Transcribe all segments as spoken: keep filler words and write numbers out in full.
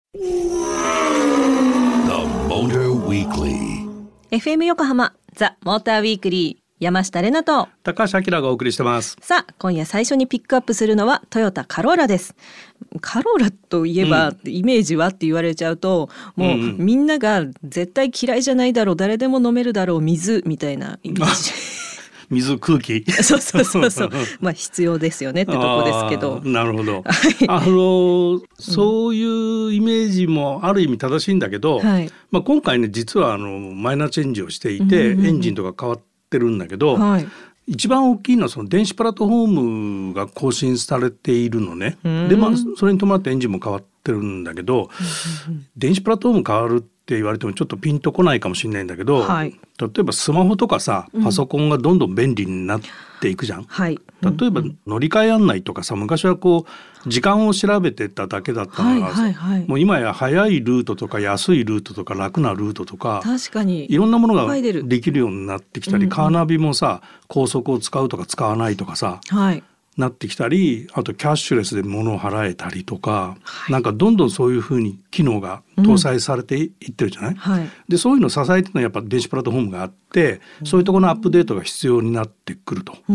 エフエム 横浜ザ・モーターウィークリー、山下れなと高橋明がお送りしてます。 さあ、今夜最初にピックアップするのはトヨタカローラです。カローラといえば、うん、イメージはって言われちゃうともう、うんうん、みんなが絶対嫌いじゃないだろう、誰でも飲めるだろう、水みたいなイメージ水、空気そうそうそうそうまあ必要ですよねってとこですけど。 なるほどあのそういうイメージもある意味正しいんだけど、はい、まあ、今回ね実はあのマイナーチェンジをしていて、うんうんうん、エンジンとか変わってるんだけど、はい、一番大きいのはその電子プラットフォームが更新されているのね。で、まあ、それに伴ってエンジンも変わってるんだけど、うんうん、電子プラットフォーム変わるって言われてもちょっとピンとこないかもしれないんだけど、はい、例えばスマホとかさ、パソコンがどんどん便利になっていくじゃん、うん、はい、例えば乗り換え案内とかさ、昔はこう時間を調べてただけだったのが、はいはいはい、もう今や早いルートとか安いルートとか楽なルートとか、 確かにいろんなものができるようになってきたり、うんうん、カーナビもさ高速を使うとか使わないとかさ、はい、なってきたり、あとキャッシュレスで物を払えたりとか、はい、なんかどんどんそういうふうに機能が搭載されていってるじゃない、うん、はい、でそういうのを支えてるのはやっぱ電子プラットフォームがあって、うん、そういうところのアップデートが必要になってくると。うん、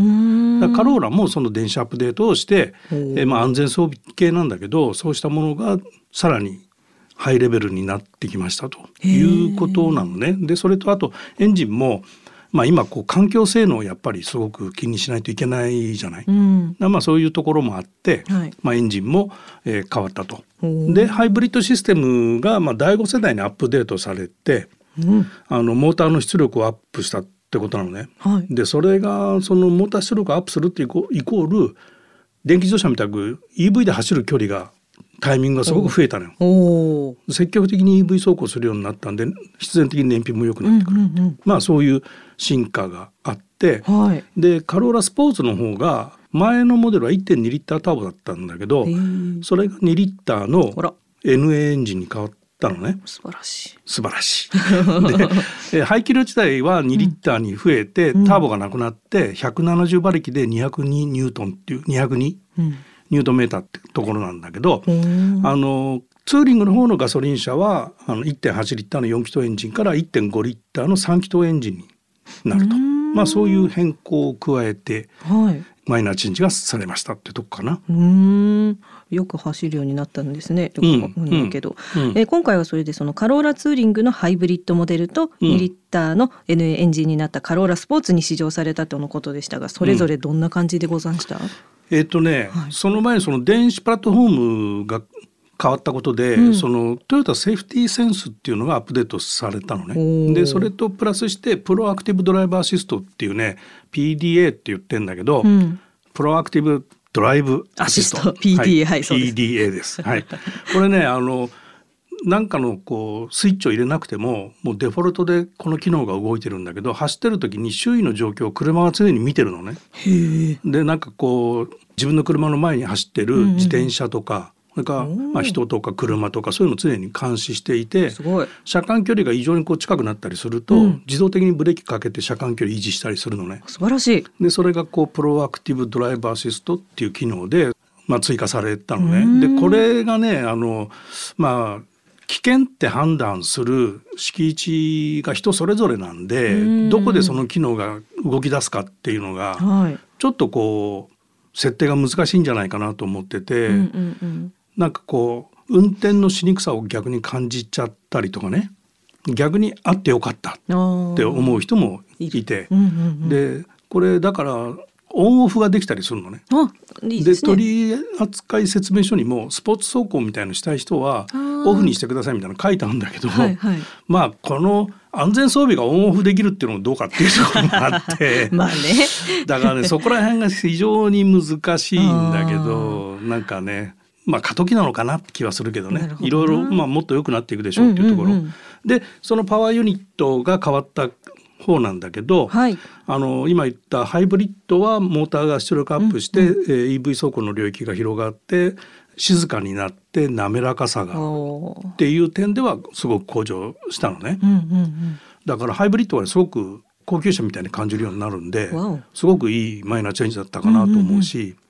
だからカローラもその電子アップデートをして、えまあ、安全装備系なんだけど、そうしたものがさらにハイレベルになってきましたということなのね。でそれとあとエンジンもまあ、今こう環境性能をやっぱりすごく気にしないといけないじゃない、うん、まあそういうところもあって、はい、まあ、エンジンも、えー、変わったと。でハイブリッドシステムがまあだいご世代にアップデートされて、うん、あのモーターの出力をアップしたってことなのね、はい、でそれがそのモーター出力をアップするってイコール電気自動車みたく イーブイ で走る距離がタイミングがすごく増えたのよ。お積極的に イーブイ 走行するようになったんで必然的に燃費も良くなってくる、うんうんうん、まあそういう進化があって、はい、でカローラスポーツの方が前のモデルは いってんに リッターターボだったんだけど、それがにリッターの エヌエー エンジンに変わったのね。 素晴らしい素晴らしいで排気量自体はにリッターに増えて、うん、ターボがなくなってひゃくななじゅう馬力でにひゃくにニュートンっていうにひゃくに、うんニュートンメーターってところなんだけど、あのツーリングの方のガソリン車はあの いってんはち リッターのよん気筒エンジンから いってんご リッターのさん気筒エンジンになると、まあ、そういう変更を加えて、はい、マイナーチェンジがされましたってとこかな。 うーんよく走るようになったんですね。よくわかんないけど、うんうんえー、今回はそれでそのカローラツーリングのハイブリッドモデルとにリッターの エヌエー エンジンになったカローラスポーツに試乗されたとのことでしたが、それぞれどんな感じでござんした？うんえーとねはい、その前にその電子プラットフォームが変わったことで、うん、そのトヨタセーフティーセンスっていうのがアップデートされたのね。でそれとプラスしてプロアクティブドライブアシストっていうね ピーディーエー って言ってんだけど、うん、プロアクティブドライブアシストピーディーエー、はい、はい、 そうです ピーディーエー です、はい、これねあのなんかのこうスイッチを入れなくてももうデフォルトでこの機能が動いてるんだけど、走ってる時に周囲の状況を車は常に見てるのね。へでなんかこう自分の車の前に走ってる自転車とか、うんうん、それからまあ人とか車とかそういうのを常に監視していて、すごい車間距離が異常にこう近くなったりすると、うん、自動的にブレーキかけて車間距離維持したりするのね。 素晴らしい。 でそれがこうプロアクティブドライブアシストっていう機能で、まあ、追加されたのね。でこれがねあのまあ危険って判断する敷地が人それぞれなんで、どこでその機能が動き出すかっていうのが、はい、ちょっとこう設定が難しいんじゃないかなと思ってて、うんうんうん、なんかこう運転のしにくさを逆に感じちゃったりとかね、逆にあってよかったって思う人もいて、うんうんうん、でこれだからオンオフができたりするのね。あ、いいですね。で取扱説明書にもスポーツ走行みたいのしたい人はオフにしてくださいみたいなの書いてあるんだけど、はいはい、まあこの安全装備がオンオフできるっていうのもどうかっていうところがあってまあねだからねそこら辺が非常に難しいんだけど、なんかねまあ過渡期なのかなって気はするけどね、いろいろまあもっと良くなっていくでしょうっていうところ、うんうんうん、でそのパワーユニットが変わった方なんだけど、はい、あの今言ったハイブリッドはモーターが出力アップして、うんうんえー、イーブイ 走行の領域が広がって静かになって滑らかさがっていう点ではすごく向上したのね、うんうんうん、だからハイブリッドはすごく高級車みたいに感じるようになるんですごくいいマイナーチェンジだったかなと思うし、うんうんうん、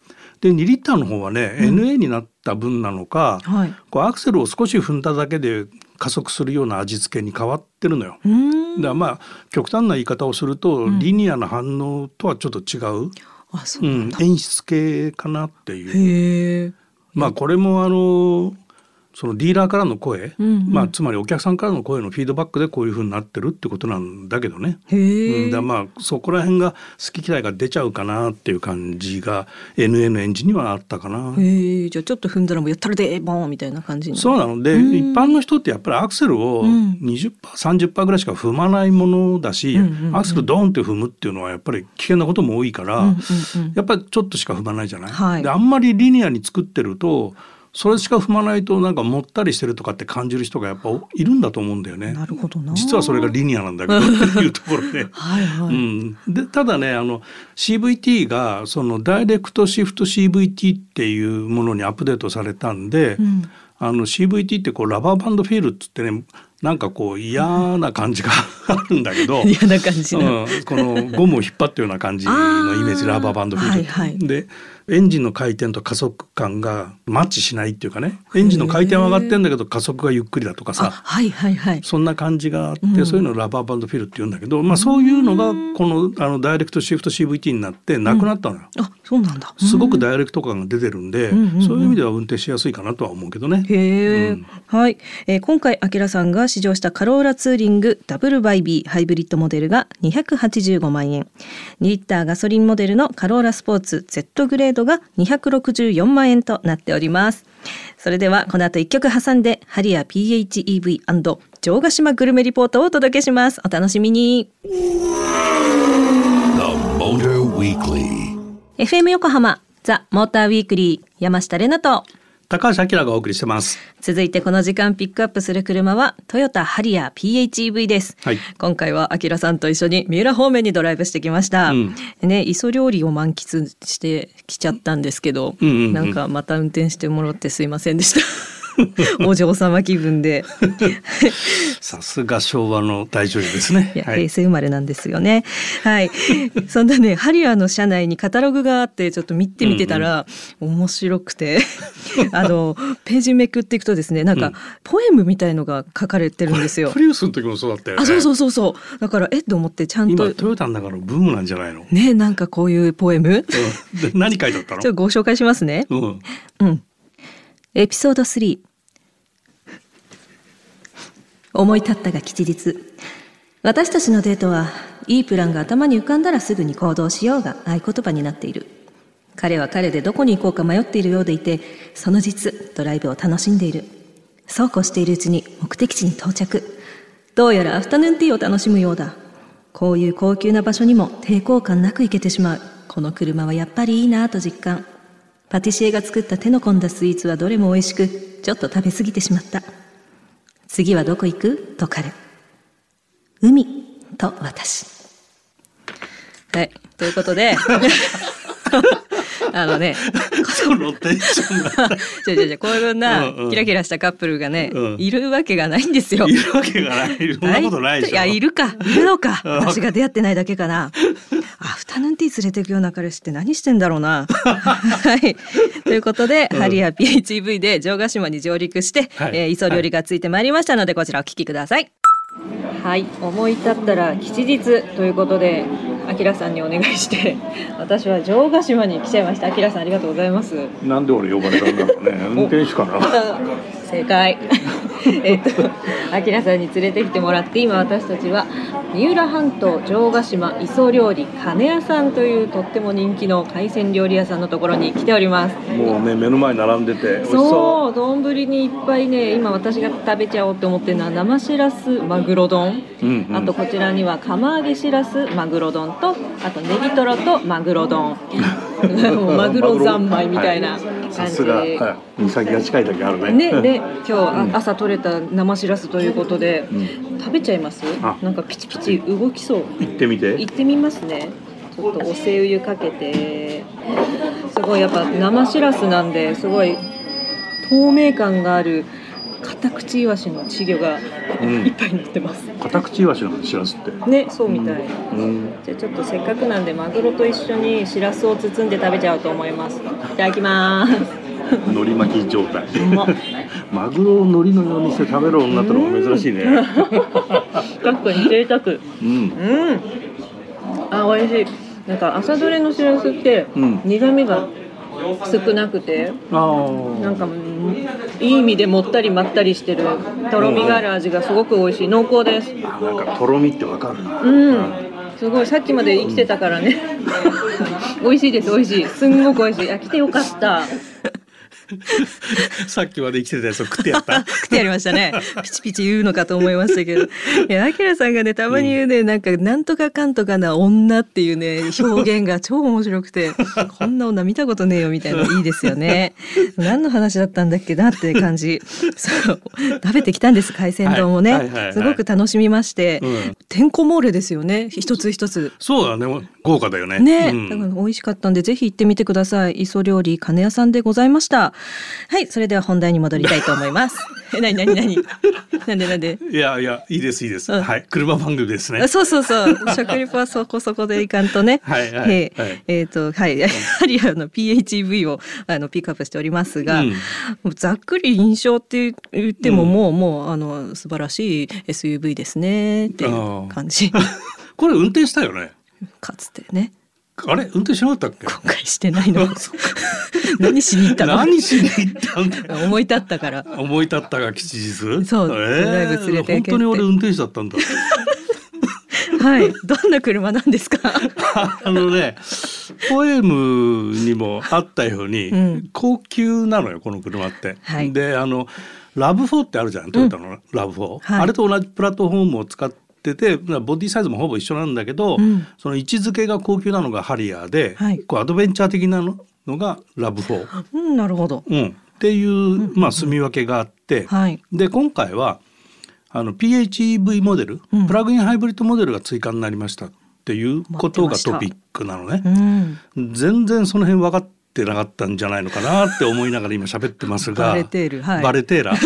でにリッターの方はね、うん、エヌエー になった分なのか、はい、こうアクセルを少し踏んだだけで加速するような味付けに変わってるのよ。だからまあ極端な言い方をすると、うん、リニアな反応とはちょっと違う、あ、そうなんだ、うん、演出系かなっていう。へー。まあこれもあのそのディーラーからの声、うんうん、まあ、つまりお客さんからの声のフィードバックでこういう風になってるってことなんだけどね。へー、うん、だまあそこら辺が好き嫌いが出ちゃうかなっていう感じが エヌエー のエンジンにはあったかな。 へー、じゃあちょっと踏んだらもうやったるでボーンみたいな感じに。 そうなので、一般の人ってやっぱりアクセルを にじゅっパーセント、さんじゅっパーセント ぐらいしか踏まないものだし、うんうんうん、アクセルドーンって踏むっていうのはやっぱり危険なことも多いから、うんうんうん、やっぱりちょっとしか踏まないじゃない、はい、であんまりリニアに作ってるとそれしか踏まないとなんかもったりしてるとかって感じる人がやっぱいるんだと思うんだよね。 なるほどな。 実はそれがリニアなんだけどっていうところで、はい、はい、うん、でただねあの シーブイティー がそのダイレクトシフト シーブイティー っていうものにアップデートされたんで、うん、あの シーブイティー ってこうラバーバンドフィールっつってねなんかこう嫌な感じがあるんだけど嫌な感じな、 うん、このゴムを引っ張ったような感じのイメージラバーバンドフィール、はいはい、でエンジンの回転と加速感がマッチしないっていうかね、エンジンの回転は上がってんだけど加速がゆっくりだとかさ、 はいはいはい、 そんな感じがあって、うん、そういうのをラバーバンドフィールって言うんだけど、まあ、そういうのがこの、あのダイレクトシフト シーブイティー になってなくなったのよ、 うん、あ、そうなんだ、 すごくダイレクト感が出てるんで、うんうんうん、そういう意味では運転しやすいかなとは思うけどね。 へー、うん、はい、えー、今回アキラさんが試乗したカローラツーリングダブルバイビーハイブリッドモデルがにひゃくはちじゅうごまんえん、にリッターガソリンモデルのカローラスポーツ Z グレードがにひゃくろくじゅうよんまんえんとなっております。それではこの後いっきょく挟んでハリアー ピーエイチイーブイ& 城ヶ島グルメリポートをお届けします。お楽しみに。 エフエム 横浜ザ・モーターウィークリー、山下れなと高橋明がお送りしてます。 続いてこの時間ピックアップする車はトヨタハリアー ピーエイチイーブイ です、はい、今回は明さんと一緒に三浦方面にドライブしてきました、うんね、磯料理を満喫してきちゃったんですけど、うんうんうん、なんかまた運転してもらってすいませんでしたお嬢様気分でさすが昭和の大女優ですね。 いや、はい、平成生まれなんですよね。はい。そんなねハリアーの車内にカタログがあってちょっと見てみてたら、うんうん、面白くてあのページめくっていくとですねなんか、うん、ポエムみたいのが書かれてるんですよ。 プリウスの時もそうだったよね。 あ、そうそうそうそう。だからえっと思ってちゃんと今トヨタの中のブームなんじゃないのね。なんかこういうポエム、 うん、何書いてあったのちょっとご紹介しますね。うん、うん、エピソードスリー、思い立ったが吉日。私たちのデートはいいプランが頭に浮かんだらすぐに行動しようが合言葉になっている。彼は彼でどこに行こうか迷っているようでいて、その実ドライブを楽しんでいる。そうこうしているうちに目的地に到着。どうやらアフタヌーンティーを楽しむようだ。こういう高級な場所にも抵抗感なく行けてしまう。この車はやっぱりいいなと実感。パティシエが作った手の込んだスイーツはどれも美味しく、ちょっと食べ過ぎてしまった。次はどこ行くと彼。海と私。はい、ということであのねそのテンションがじゃじゃじゃこういうなキラキラしたカップルがね、うん、いるわけがないんですよ。 いるわけがない。そんなことないでしょ。 いや、いるか、いるのか私が出会ってないだけかな。アフタヌーンティー連れてくような彼氏って何してんだろうなはい、ということで、うん、ハリアー ピーエイチイーブイ で城ヶ島に上陸して、はい、えー、磯料理がついてまいりましたので、こちらお聞きください。はい、思い立ったら吉日ということであきらさんにお願いして私は城ヶ島に来ちゃいました。あきらさんありがとうございます。 なんで俺呼ばれたんだろうね。運転手かな正解えっとあきらさんに連れてきてもらって、今私たちは三浦半島城ヶ島磯料理金屋さんというとっても人気の海鮮料理屋さんのところに来ております。 もうね目の前に並んでて美味しそう。 そう丼にいっぱいね、今私が食べちゃおうと思ってるのは生しらすマグロ丼、うんうん、あとこちらには釜揚げしらすマグロ丼と、あとネギトロとマグロ丼もうマグロ三昧みたいな感じで、さすが、はい、先が近い時あるね。 ね、で今日、うん、朝取れた生しらすということで、うん、食べちゃいます。なんかピチピチ動きそう。 行ってみて。 行ってみますね。ちょっとおせ湯かけて、すごいやっぱ生しらすなんですごい透明感があるカタクチイワシの稚魚がいっぱい乗ってます、 うん、カタクチイワシのしらすってね、そうみたい、 うんうん、 じゃあちょっとせっかくなんでマグロと一緒にしらすを包んで食べちゃおうと思います。いただきます海苔巻き状態マグロを海苔のようにして食べる女ってのが珍しいね確かに贅沢。うん、うん、あ、美味しい。なんか朝どれのしらすって苦味が少なくて、うん、なんかいい意味でもったりまったりしてるとろみがある味がすごく美味しい。濃厚です。 あ、なんかとろみってわかるな。 うん、すごい。さっきまで生きてたからね、うん、美味しいです。美味しい。すんごく美味しい。あ、来てよかったさっきまで生きてたやつを食ってやった食ってやりましたね。ピチピチ言うのかと思いましたけど、いや、アキラさんがねたまに言うね、うん、なんかなんとかかんとかな女っていうね表現が超面白くてこんな女見たことねえよみたいな、いいですよね。何の話だったんだっけなって感じ。そう食べてきたんです、海鮮丼をね、はいはいはいはい、すごく楽しみまして、うん、てんこ盛れですよね、一つ一つ。 そうだね、豪華だよね。 ね、 うん、 だから美味しかったんでぜひ行ってみてください。磯料理金屋さんでございました。はい、それでは本題に戻りたいと思います。え、なになになになんでなんで。 いやいや、いいですいいです、うん、はい、車番組ですね。 そうそうそう、食リポはそこそこでいかんとねはいはい、えーはい、 えーとはいやはりあの ピーエイチイーブイ をあのピックアップしておりますが、うん、ざっくり印象って言ってももう、うん、もうあの素晴らしい エスユーブイ ですねっていう感じ。 これ運転したよね、 かつてね。 あれ運転しなかったっけ。 今回してないの何しに行ったの。 何しに行ったんだ思い立ったから思い立ったが吉日。 そう、えー、ドライブ連れて行けて。 本当に俺運転手だったんだはい、どんな車なんですか。 あのね、ポエムにもあったように、うん、高級なのよこの車って、はい、であのラブフォーってあるじゃん、トヨタのラブフォー、はい、あれと同じプラットフォームを使ってて、ボディサイズもほぼ一緒なんだけど、うん、その位置づけが高級なのがハリアーで、はい、こうアドベンチャー的なのがラブフォー、 うん、なるほど、 うん、っていう、まあ、住み分けがあって、はい、で今回はあの ピーエイチイーブイ モデル、うん、プラグインハイブリッドモデルが追加になりましたっていうことがトピックなのね、うん、全然その辺分かってなかったんじゃないのかなって思いながら今喋ってますがバレテール、はい、 バレテーラ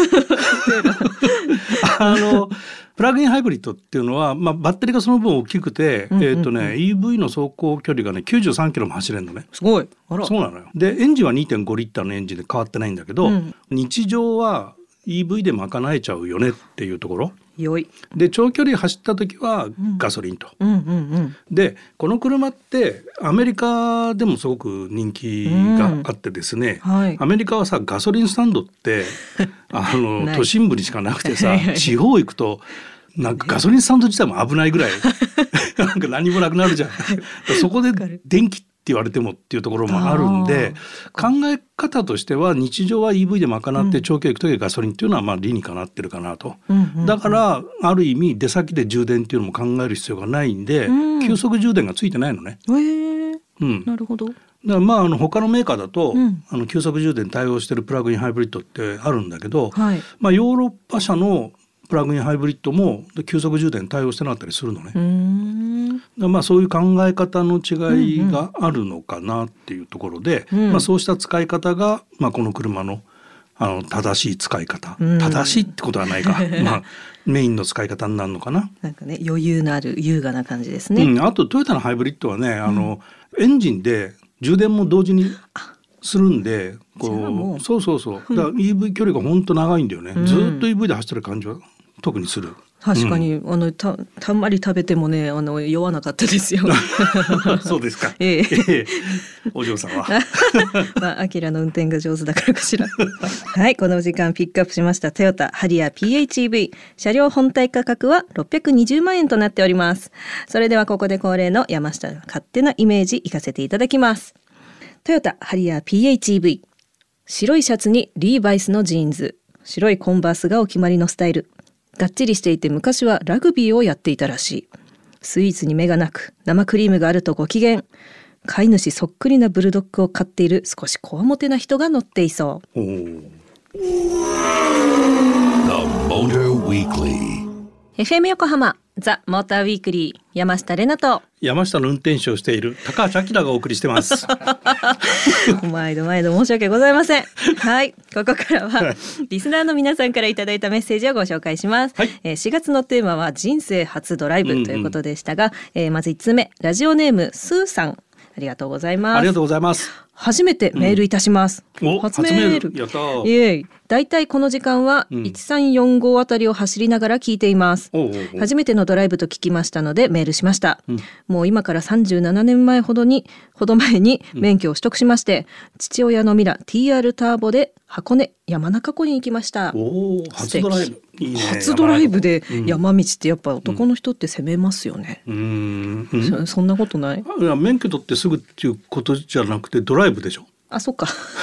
あのプラグインハイブリッドっていうのは、まあ、バッテリーがその分大きくて、うんうんうん、えーとね、イーブイ の走行距離がねきゅうじゅうさんキロも走れるのね。 すごい。あら。 そうなのよ。でエンジンは にてんごリッターのエンジンで変わってないんだけど、うん、日常は イーブイ で賄えちゃうよねっていうところよいで、長距離走った時はガソリンと、うんうんうんうん、でこの車ってアメリカでもすごく人気があってですね、うんはい、アメリカはさガソリンスタンドってあの都心部にしかなくてさ地方行くとなんかガソリンスタンド自体も危ないぐらいなんか何もなくなるじゃんそこで電気って言われてもっていうところもあるんで、考え方としては日常は イーブイ で賄って長距離行くときはガソリンっていうのはまあ理にかなってるかなと、うんうんうん、だからある意味出先で充電っていうのも考える必要がないんで、うん、急速充電がついてないのね。 へー、うん、なるほど。 だからまああの他のメーカーだと、うん、あの急速充電対応してるプラグインハイブリッドってあるんだけど、はい、まあ、ヨーロッパ車のプラグインハイブリッドも急速充電対応してなかったりするのね。うーん、まあ、そういう考え方の違いがあるのかなっていうところで、うんうん、まあ、そうした使い方が、まあ、この車の、あの正しい使い方、うん、正しいってことはないか、まあ、メインの使い方になるのかな。 なんかね、余裕のある優雅な感じですね、 うん、あとトヨタのハイブリッドはね、あの、うん、エンジンで充電も同時にするんで、こうそうそうそう、だから イーブイ 距離が本当長いんだよね、うん、ずっと イーブイ で走ってる感じは特にする。 確かに、うん、あの た, たんまり食べてもね、あの酔わなかったですよそうですか、 ええええ、 お嬢さんはまあ、アキラの運転が上手だからかしらはい、この時間ピックアップしましたトヨタハリアー ピーエイチイーブイ 車両本体価格はろっぴゃくにじゅうまんえんとなっております。それではここで恒例の山下の勝手なイメージいかせていただきます。トヨタハリアー ピーエイチイーブイ、 白いシャツにリーバイスのジーンズ、白いコンバースがお決まりのスタイル。がっちりしていて昔はラグビーをやっていたらしい。スイーツに目がなく生クリームがあるとご機嫌。飼い主そっくりなブルドッグを飼っている少しこわもてな人が乗っていそう。 エフエム 横浜ザ・モーターウィークリー、山下れなと山下の運転手をしている高橋明がお送りしてます毎度毎度申し訳ございません。はい、ここからはリスナーの皆さんからいただいたメッセージをご紹介します、はい。えー、しがつのテーマは人生初ドライブということでしたが、うんうん、えー、まずいつつめ、ラジオネームスーさん、ありがとうございます。 ありがとうございます。 初めてメールいたします、 うん、 初メール、 やったー。 イエーイ。だいたいこの時間はいちさんよんごあたりを走りながら聞いています、うん、おうおうおう。初めてのドライブと聞きましたのでメールしました、うん、もう今からさんじゅうななねんまえほどにほど前に免許を取得しまして、うん、父親のミラ ティーアール ターボで箱根山中湖に行きました。 おー、初ドライブいいね。 初ドライブで山道ってやっぱ男の人って攻めますよね、 うん、 うん、そ, そんなことない？ いや、免許取ってすぐっていうことじゃなくてドライブでしょ。 あ、そっか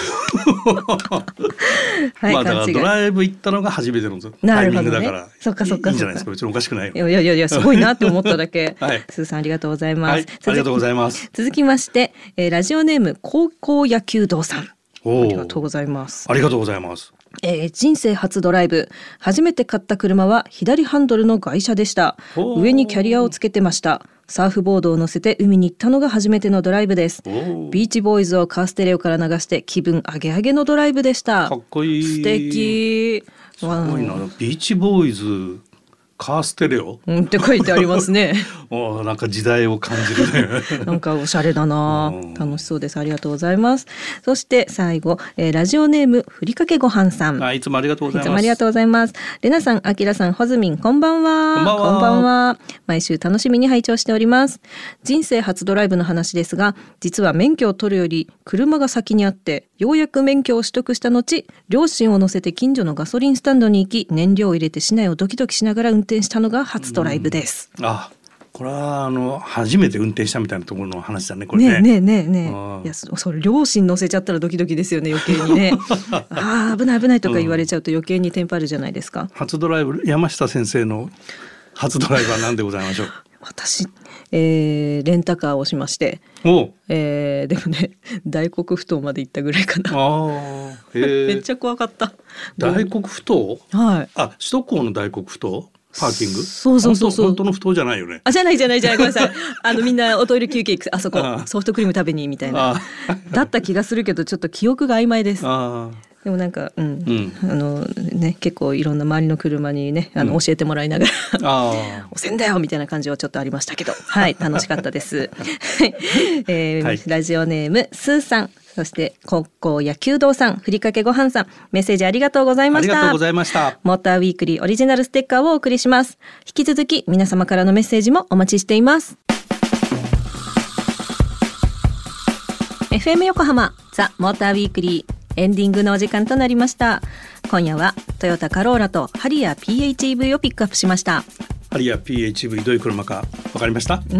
はい、まあだからドライブ行ったのが初めてのタイミングだから、ね、 そっかそっか、 いいんじゃないですか。別におかしくないよ。 いやいやいや、すごいなって思っただけ、 はい、 スーさんありがとうございます、はい、 ありがとうございます。 続きまして、えー、ラジオネーム高校野球道さん、ありがとうございます。 ありがとうございます。 えー、人生初ドライブ、初めて買った車は左ハンドルの外車でした。上にキャリアをつけてました。サーフボードを乗せて海に行ったのが初めてのドライブです。ビーチボーイズをカーステレオから流して気分上げ上げのドライブでした。 かっこいい。 素敵。 すごいな。ビーチボーイズカーステレオ、 うん、って書いてありますねお、なんか時代を感じるねなんかおしゃれだな、楽しそうです。ありがとうございます。そして最後、えー、ラジオネームふりかけごはんさん、 あ、いつもありがとうございます。 いつもありがとうございます。レナさん、アキラさん、ホズミン、こんばんは。 こんばんは。 こんばんは。毎週楽しみに拝聴しております。人生初ドライブの話ですが、実は免許を取るより車が先にあって、ようやく免許を取得した後、両親を乗せて近所のガソリンスタンドに行き、燃料を入れて市内をドキドキしながら運転したのが初ドライブです。 うん、あ、これはあの初めて運転したみたいなところの話だね、これね。 ねえねえねえねえ、いや、それ両親乗せちゃったらドキドキですよね、余計にねあー、危ない危ないとか言われちゃうと余計にテンパるじゃないですか、うん、 初ドライブ、山下先生の初ドライブは何でございましょう私、えー、レンタカーをしまして、 お、 えー、でもね、大黒ふ頭まで行ったぐらいかな。 あへめっちゃ怖かった。 大黒ふ頭、 はい、 あ、首都高の大黒ふ頭パーキング、 そうそうそうそう、 本当の不当じゃないよね。 あ、じゃないじゃないじゃない、ごめんなさいあのみんなおトイレ休憩行く、あそこあソフトクリーム食べにみたいなだった気がするけど、ちょっと記憶が曖昧です。 あ、 でもなんか、うん、うん、あのね、結構いろんな周りの車にね、あの、うん、教えてもらいながらあおせんだよみたいな感じはちょっとありましたけど、はい、楽しかったですえーはい、ラジオネームスーさん、そして高校野球道さん、ふりかけごはんさん、メッセージありがとうございました。 ありがとうございました。 モーターウィークリーオリジナルステッカーをお送りします。引き続き皆様からのメッセージもお待ちしています。 エフエム 横浜ザ・モーターウィークリー、エンディングのお時間となりました。今夜はトヨタカローラとハリアー ピーエイチイーブイ をピックアップしました。 ハリアー ピーエイチイーブイ どういう車か分かりました？ うんうん。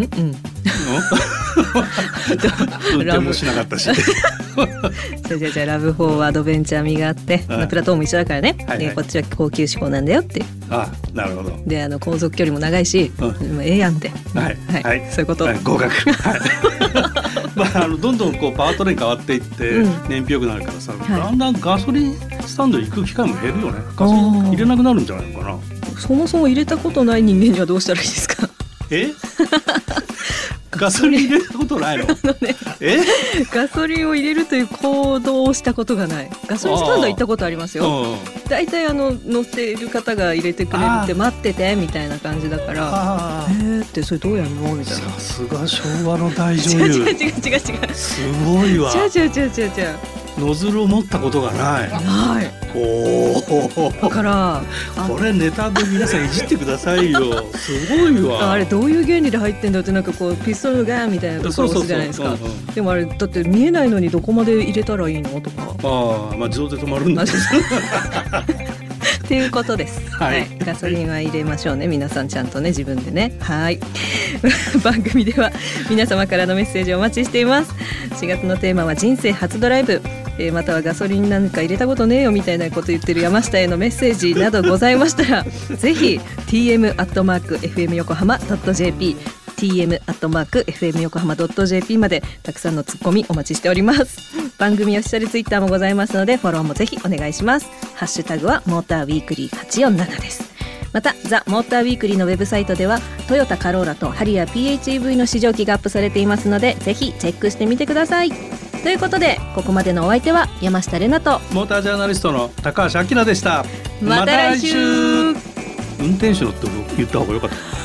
運転もしなかったしじゃじゃじゃラブフォーアドベンチャー味があって、うん、プラトーンも一緒だからね、はいはい、でこっちは高級志向なんだよっていう。 ああ、なるほど。 で、あの航続距離も長いし、うん、ええやんって、 はいはい、はい、 そういうこと、 はい、合格はいまあ、あのどんどんこうパワートレイン変わっていって燃費良くなるからさ、うん、だんだんガソリンスタンド行く機会も減るよね。ガソリン入れなくなるんじゃないのかな。 そもそも入れたことない人間にはどうしたらいいですか？ えガソリン入れたことないの？あの、ね、えガソリンを入れるという行動をしたことがない。ガソリンスタンド行ったことありますよ。だいたいあの乗っている方が入れてくれるって、待っててみたいな感じだから、えーってそれどうやるのみたいな。 さすが昭和の大女優。 違う違う違う違う違う。 すごいわ。 違う違う違う違う違う。 ノズルを持ったことがない。 ない。 おお。 だからこれネタで皆さんいじってくださいよ。すごいわ。 あれどういう原理で入ってんだって、なんかこうピストルのガンみたいなところ押すじゃないですか。でもあれだって見えないのにどこまで入れたらいいのとか。 ああ、まあ自動で止まるんだっていうことです、 はいはい、ガソリンは入れましょうね、皆さんちゃんとね、自分でね。はい番組では皆様からのメッセージをお待ちしています。しがつのテーマは人生初ドライブ、えー、またはガソリンなんか入れたことねえよみたいなこと言ってる山下へのメッセージなどございましたらぜひ ティーエム アットマーク エフエム 横浜 ドット ジェーピーティーエム アットマーク エフエム 横浜 ドット ジェーピー までたくさんのツッコミお待ちしております。番組オフィシャルツイッターもございますのでフォローもぜひお願いします。ハッシュタグはモーターウィークリーはちよんななです。 またザ・モーターウィークリーのウェブサイトではトヨタカローラとハリアー ピーエイチイーブイ の試乗機がアップされていますので、ぜひチェックしてみてください。ということでここまでのお相手は山下玲奈とモータージャーナリストの高橋明でした。 また来週。 運転手のって言った方が良かった。